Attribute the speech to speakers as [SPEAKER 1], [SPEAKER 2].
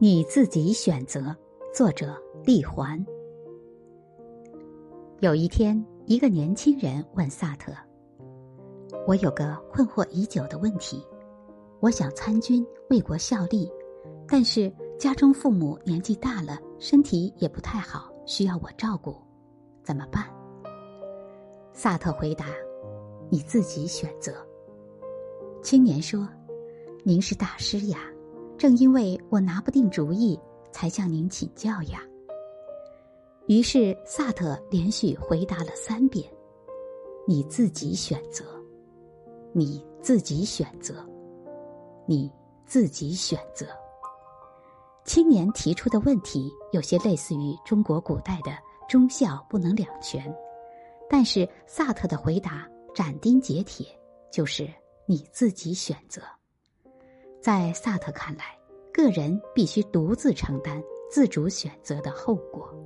[SPEAKER 1] 你自己选择。作者丽环。有一天，一个年轻人问萨特：我有个困惑已久的问题，我想参军为国效力，但是家中父母年纪大了，身体也不太好，需要我照顾，怎么办？萨特回答：你自己选择。青年说：您是大师呀，正因为我拿不定主意，才向您请教呀。于是萨特连续回答了3遍：你自己选择，你自己选择，你自己选择。青年提出的问题有些类似于中国古代的忠孝不能两全，但是萨特的回答斩钉截铁，就是你自己选择。在萨特看来，个人必须独自承担自主选择的后果。